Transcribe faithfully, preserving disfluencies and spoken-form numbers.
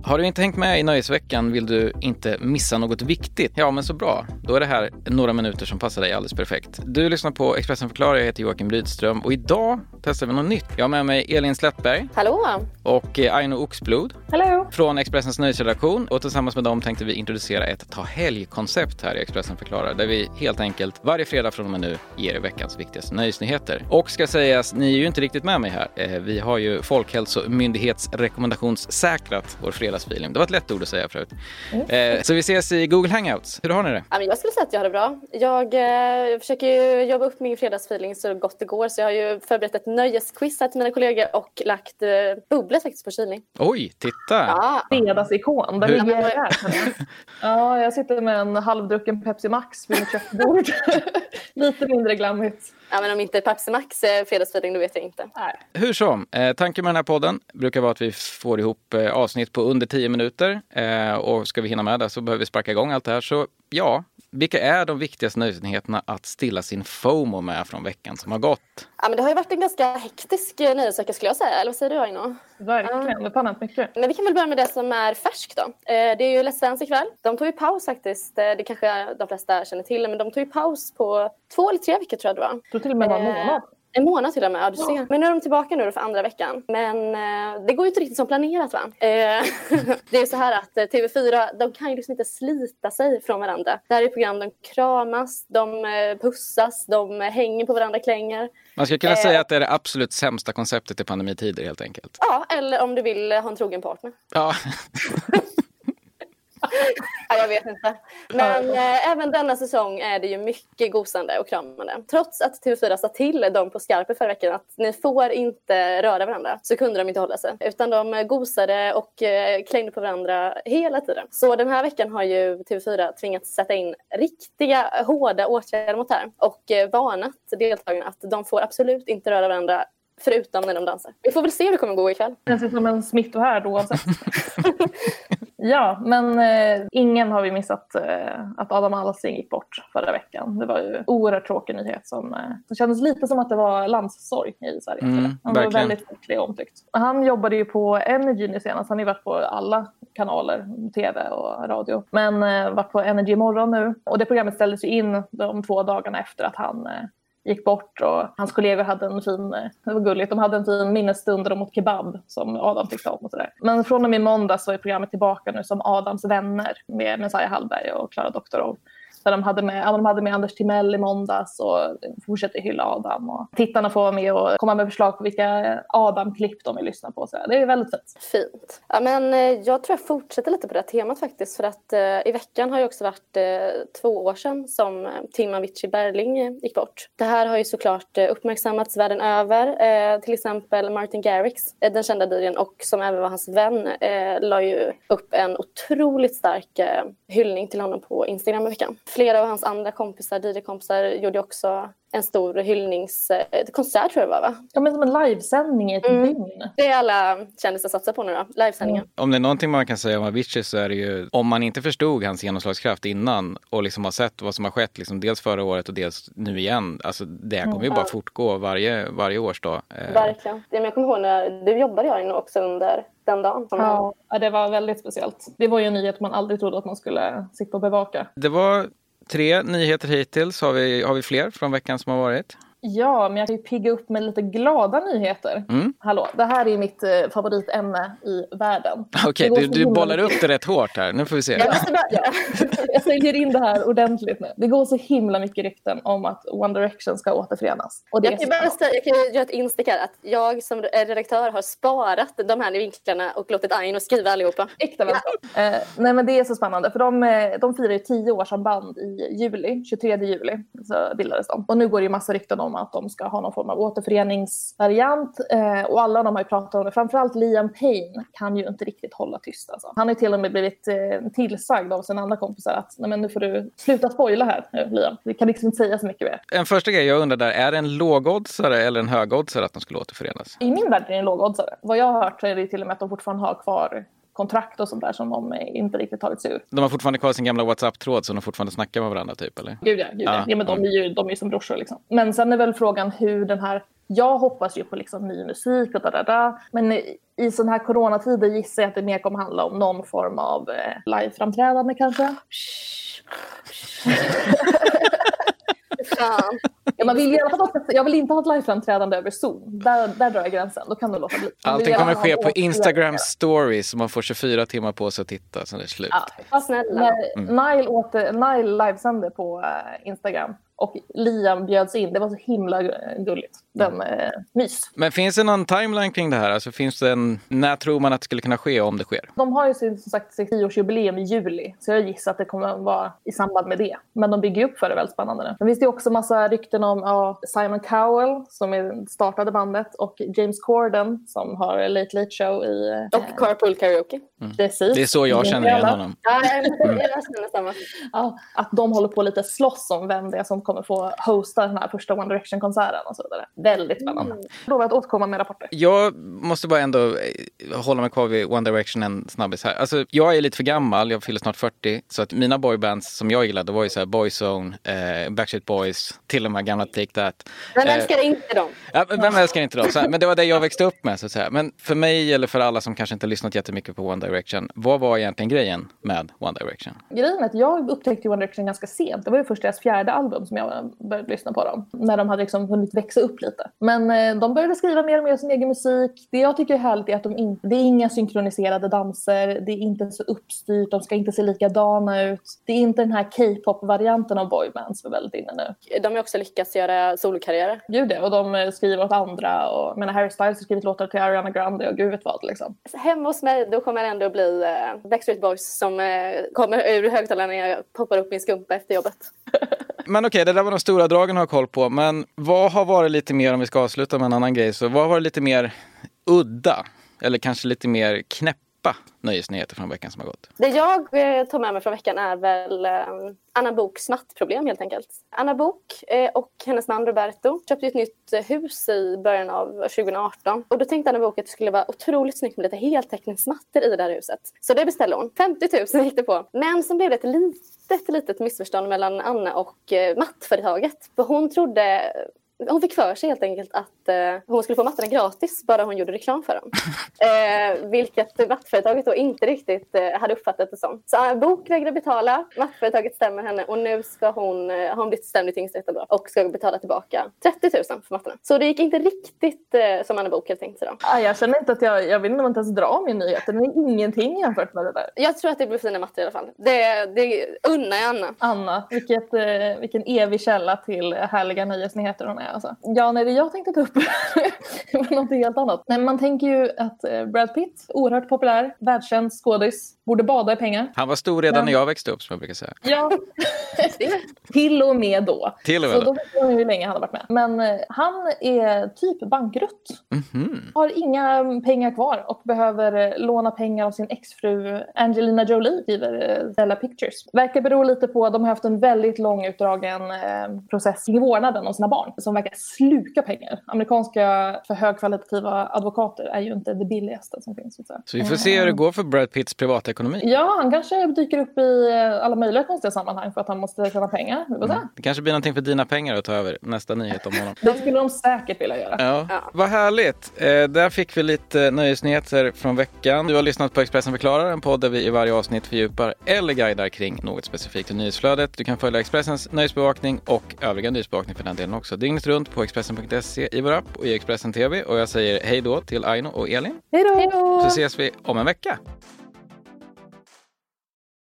Har du inte hängt med i Nöjesveckan vill du inte missa något viktigt? Ja, men så bra. Då är det här några minuter som passar dig alldeles perfekt. Du lyssnar på Expressen förklarar, jag heter Joakim Rydström och idag testar vi något nytt. Jag har med mig Elin Slättberg. Hallå! Och Aino Oxblod. Hallå! Från Expressens nöjesredaktion. Och tillsammans med dem tänkte vi introducera ett ta helg-koncept här i Expressen förklarar. Där vi helt enkelt varje fredag från och med nu ger er veckans viktigaste nöjesnyheter. Och ska sägas, ni är ju inte riktigt med mig här. Vi har ju Folkhälsomyndighetsrekommendationssäkrat vår fredagsfeeling. Det var ett lätt ord att säga förut. Mm. Så vi ses i Google Hangouts. Hur har ni det? Ja, men jag skulle säga att jag har det bra. Jag eh, försöker ju jobba upp min fredagsfeeling så gott det går. Så jag har ju förberett ett nöjesquiz här till mina kollegor och lagt eh, bubblet faktiskt på kylning. Oj, titta! Ja. Fredagsikon. Där ligger jag där. Ja, jag sitter med en halvdrucken Pepsi Max vid mitt köksbord. Lite mindre glammigt. Ja, men om inte Pepsi Max är fredagsfeeling, då vet jag inte. Nej. Hur som, eh, tanken med den här podden brukar vara att vi får ihop eh, avsnitt på under tio minuter. Eh, och ska vi hinna med det så behöver vi sparka igång allt det här. Så ja, vilka är de viktigaste nöjesnyheterna att stilla sin FOMO med från veckan som har gått? Ja, men det har ju varit en ganska hektisk nyhetsvecka skulle jag säga. Eller vad säger du, Aino? Verkligen, det har pannat mycket. Men vi kan väl börja med det som är färskt då. Eh, det är ju Let's Dance ikväll. De tog ju paus faktiskt. Det kanske de flesta känner till. Men de tog ju paus på två eller tre veckor tror jag det var. Jag tror till och med var en månad. En månad till och med, ja, du ser. Men nu är de tillbaka nu då för andra veckan. Men eh, det går ju inte riktigt som planerat va? Eh, det är ju så här att eh, T V fyra, de kan ju liksom inte slita sig från varandra. Det här är program, de kramas, de eh, pussas, de eh, hänger på varandra klänger. Man ska kunna eh, säga att det är det absolut sämsta konceptet i pandemitider helt enkelt. Ja, eller om du vill ha en trogen partner. Ja. Ja, jag vet inte. Men eh, även denna säsong är det ju mycket gosande och kramande. Trots att T V fyra sa till dem på skarpen förra veckan att ni får inte röra varandra, så kunde de inte hålla sig. Utan de gosade och eh, klängde på varandra hela tiden. Så den här veckan har ju T V fyra tvingats sätta in riktiga hårda åtgärder mot det här. Och eh, varnat deltagarna att de får absolut inte röra varandra förutom när de dansar. Vi får väl se hur det kommer gå ikväll. Det ser som en smittohärd oavsett. Ja, men eh, ingen har vi missat eh, att Adam Alsing gick bort förra veckan. Det var ju oerhört tråkig nyhet som eh, det kändes lite som att det var landssorg i Sverige. Mm, han verkligen. var väldigt folklig och omtyckt. Han jobbade ju på Energy nu senast. Han har ju varit på alla kanaler, tv och radio. Men eh, varit på Energy imorgon nu. Och det programmet ställdes ju in de två dagarna efter att han... Eh, gick bort och hans kollegor hade en fin, det var gulligt, de hade en fin minnesstund mot kebab som Adam tyckte om och sådär. Men från och med måndag så är programmet tillbaka nu som Adams vänner med Messiah Hallberg och Klara Doktorov. Där de hade med, ja, de hade med Anders Timell i måndags och fortsätter hylla Adam. Och tittarna får vara med och komma med förslag på vilka Adam-klipp de vill lyssna på. Så det är väldigt fint. Fint. Ja, men jag tror jag fortsätter lite på det här temat faktiskt. För att eh, i veckan har ju också varit eh, två år sedan som Tim Avicii Berling gick bort. Det här har ju såklart eh, uppmärksammats världen över. Eh, till exempel Martin Garrix, eh, den kända D J:n och som även var hans vän, eh, la ju upp en otroligt stark eh, hyllning till honom på Instagram i veckan. Flera av hans andra kompisar, D J-kompisar, gjorde också en stor hyllningskonsert tror jag det var va? Ja, men som en livesändning i ett mm. dygn. Det är alla kändisar satsar på nu då, livesändningen. Mm. Om det är någonting man kan säga om Avicii så är det ju, om man inte förstod hans genomslagskraft innan och liksom har sett vad som har skett liksom dels förra året och dels nu igen, alltså det kommer mm. ju bara fortgå varje, varje årsdag. Verkligen. Det, men jag kommer ihåg när du jobbade jag också under den dagen. Som ja, ja, det var väldigt speciellt. Det var ju en nyhet man aldrig trodde att man skulle sitta och bevaka. Det var tre nyheter hittills. Har vi, har vi fler från veckan som har varit? Ja, men jag kan ju pigga upp med lite glada nyheter. Mm. Hallå, det här är mitt eh, favoritämne i världen. Okej, okay, du, du bollar upp det rätt hårt här. Nu får vi se. Jag, bara, ja. jag säljer in det här ordentligt nu. Det går så himla mycket rykten om att One Direction ska återförenas. Och det jag, kan bara säga, jag kan göra ett instick här. Att jag som redaktör har sparat de här vinklarna och låtit Aino skriva allihopa. Äkta vänskap. Ja. Eh, nej, men det är så spännande. För de, de firar ju tio år som band i juli. tjugotredje juli så bildades de. Och nu går det ju massa rykten om att de ska ha någon form av återföreningsvariant. Eh, och alla de har ju pratat om det. Framförallt Liam Payne kan ju inte riktigt hålla tyst. Alltså. Han har ju till och med blivit eh, tillsagd av sina andra kompisar att nej, men nu får du sluta spoila här, Liam. Vi kan liksom inte säga så mycket mer. En första grej jag undrar där, är det en lågoddsare eller en högoddsare att de skulle återförenas? I min värld är det en lågoddsare. Vad jag har hört så är det till och med att de fortfarande har kvar kontrakt och sånt där som de inte riktigt tagit sig ur. De har fortfarande kvar sin gamla WhatsApp-tråd så de fortfarande snackar med varandra typ, eller? Gud ja, gud ja. ja, ja men de är ju de är som brorsor liksom. Men sen är väl frågan hur den här Jag hoppas ju på liksom ny musik och där, där. Men i, i sån här coronatider gissar jag att det mer kommer handla om någon form av eh, live-framträdande kanske. Fan. Ja, man vill i alla fall, jag vill inte ha ett live-framträdande över Zoom. Där, där drar jag gränsen. Då kan du låta bli. Allting kommer ske på Instagram stories. Så man får tjugofyra timmar på sig att titta. Så det är slut. Ja, snälla. När mm. Nile, åter, Nile livesände på uh, Instagram. Och Liam bjöds in. Det var så himla gulligt. Den eh, mys. Men finns det någon timeline kring det här? Alltså finns det en... När tror man att det skulle kunna ske om det sker? De har ju som sagt sitt tioårsjubileum i juli. Så jag gissar att det kommer att vara i samband med det. Men de bygger upp för det väldigt spännande. Men finns det också massa rykten om ja, Simon Cowell som startade bandet. Och James Corden som har Late Late Show i... Och eh, Carpool Karaoke. Mm. Precis. Det är så jag känner igen honom. Ja, jag känner samma. Ja, att de håller på lite slåss om vem det är som kommer få hosta den här första One Direction-konserten och så vidare. Väldigt spännande. Mm. Då att återkomma med rapporter. Jag måste bara ändå hålla mig kvar vid One Direction en snabbis här. Alltså, jag är lite för gammal, jag fyller snart fyrtio, så att mina boybands som jag gillade var ju så här Boyzone, eh, Backstreet Boys, till och med gamla Take That. Vem älskar eh, inte dem? Ja, vem älskar inte dem? Så här, men det var det jag växte upp med, så att säga. Men för mig, eller för alla som kanske inte lyssnat jättemycket på One Direction, vad var egentligen grejen med One Direction? Grejen är att jag upptäckte One Direction ganska sent. Det var ju först deras fjärde album som jag började lyssna på dem. När de hade liksom hunnit växa upp lite. Men eh, de började skriva mer och mer sin egen musik. Det jag tycker är härligt är att de in, det är inga synkroniserade danser. Det är inte så uppstyrt. De ska inte se likadana ut. Det är inte den här K-pop-varianten av boybands som är väldigt inne nu. De har också lyckats göra solokarriärer. Gud det. Och de skriver åt andra. Och, jag menar, Harry Styles har skrivit låtar till Ariana Grande och gud vet vad liksom. Hemma hos mig då kommer det ändå bli eh, Backstreet Boys som eh, kommer ur högtalarna när jag poppar upp min skumpa efter jobbet. Men okej, okay, det där var de stora dragen att ha koll på. Men vad har varit lite mer, om vi ska avsluta med en annan grej, så vad har varit lite mer udda? Eller kanske lite mer knäppa nöjesnyheter från veckan som har gått? Det jag eh, tar med mig från veckan är väl eh, Anna Boks nattproblem helt enkelt. Anna Bok eh, och hennes man Roberto köpte ett nytt hus i början av tjugo arton. Och då tänkte Anna Bok att det skulle vara otroligt snyggt med lite heltäckningsmattor i det här huset. Så det beställde hon. femtio tusen gick det på. Men så blev det ett litet, litet missförstånd mellan Anna och eh, mattföretaget. För hon trodde... Hon fick för sig helt enkelt att eh, hon skulle få mattorna gratis bara hon gjorde reklam för dem. eh, vilket mattföretaget då inte riktigt eh, hade uppfattat det som. Så Anna Bok vägrade betala, mattföretaget stämmer henne och nu ska hon, eh, har hon blivit stämd i tingsrätten då och ska betala tillbaka trettio tusen för mattorna. Så det gick inte riktigt eh, som Anna Bok hade tänkt sig då. Ah, jag känner inte att jag, jag vill nog inte ens dra min nyhet. Det är ingenting jämfört med det där. Jag tror att det blir fina mattor i alla fall. Det, det unnar jag Anna. Anna, vilket, eh, vilken evig källa till härliga nöjesnyheter hon är. Alltså. Ja, nej, det jag tänkte ta upp var något helt annat. Nej, man tänker ju att Brad Pitt, oerhört populär, världskänd skådis, borde bada i pengar. Han var stor redan Men... när jag växte upp, som jag brukar säga. Ja, till och med då. Till och med Så då vet jag hur länge han har varit med. Men eh, han är typ bankrutt. Mm-hmm. Har inga pengar kvar och behöver eh, låna pengar av sin exfru Angelina Jolie, driver eh, Stella Pictures. Verkar bero lite på att de har haft en väldigt lång utdragen eh, process i vårdnaden om sina barn som verkar sluka pengar. Amerikanska för högkvalitativa advokater är ju inte det billigaste som finns. Så, så vi får se hur det går för Brad Pitts privatekonomi. Ja, han kanske dyker upp i alla möjliga konstiga sammanhang för att han måste tjäna pengar. Mm. Det kanske blir någonting för dina pengar att ta över nästa nyhet om honom. Det skulle de säkert vilja göra. Ja, ja. Vad härligt. Eh, där fick vi lite nöjesnyheter från veckan. Du har lyssnat på Expressen förklarar, en podd där vi i varje avsnitt fördjupar eller guidar kring något specifikt i nyhetsflödet. Du kan följa Expressens nöjesbevakning och övriga nöjesbevakning för den delen också. Dygnet runt på Expressen punkt se i vår app och i Expressen T V. Och jag säger hej då till Aino och Elin. Hej då! Så ses vi om en vecka.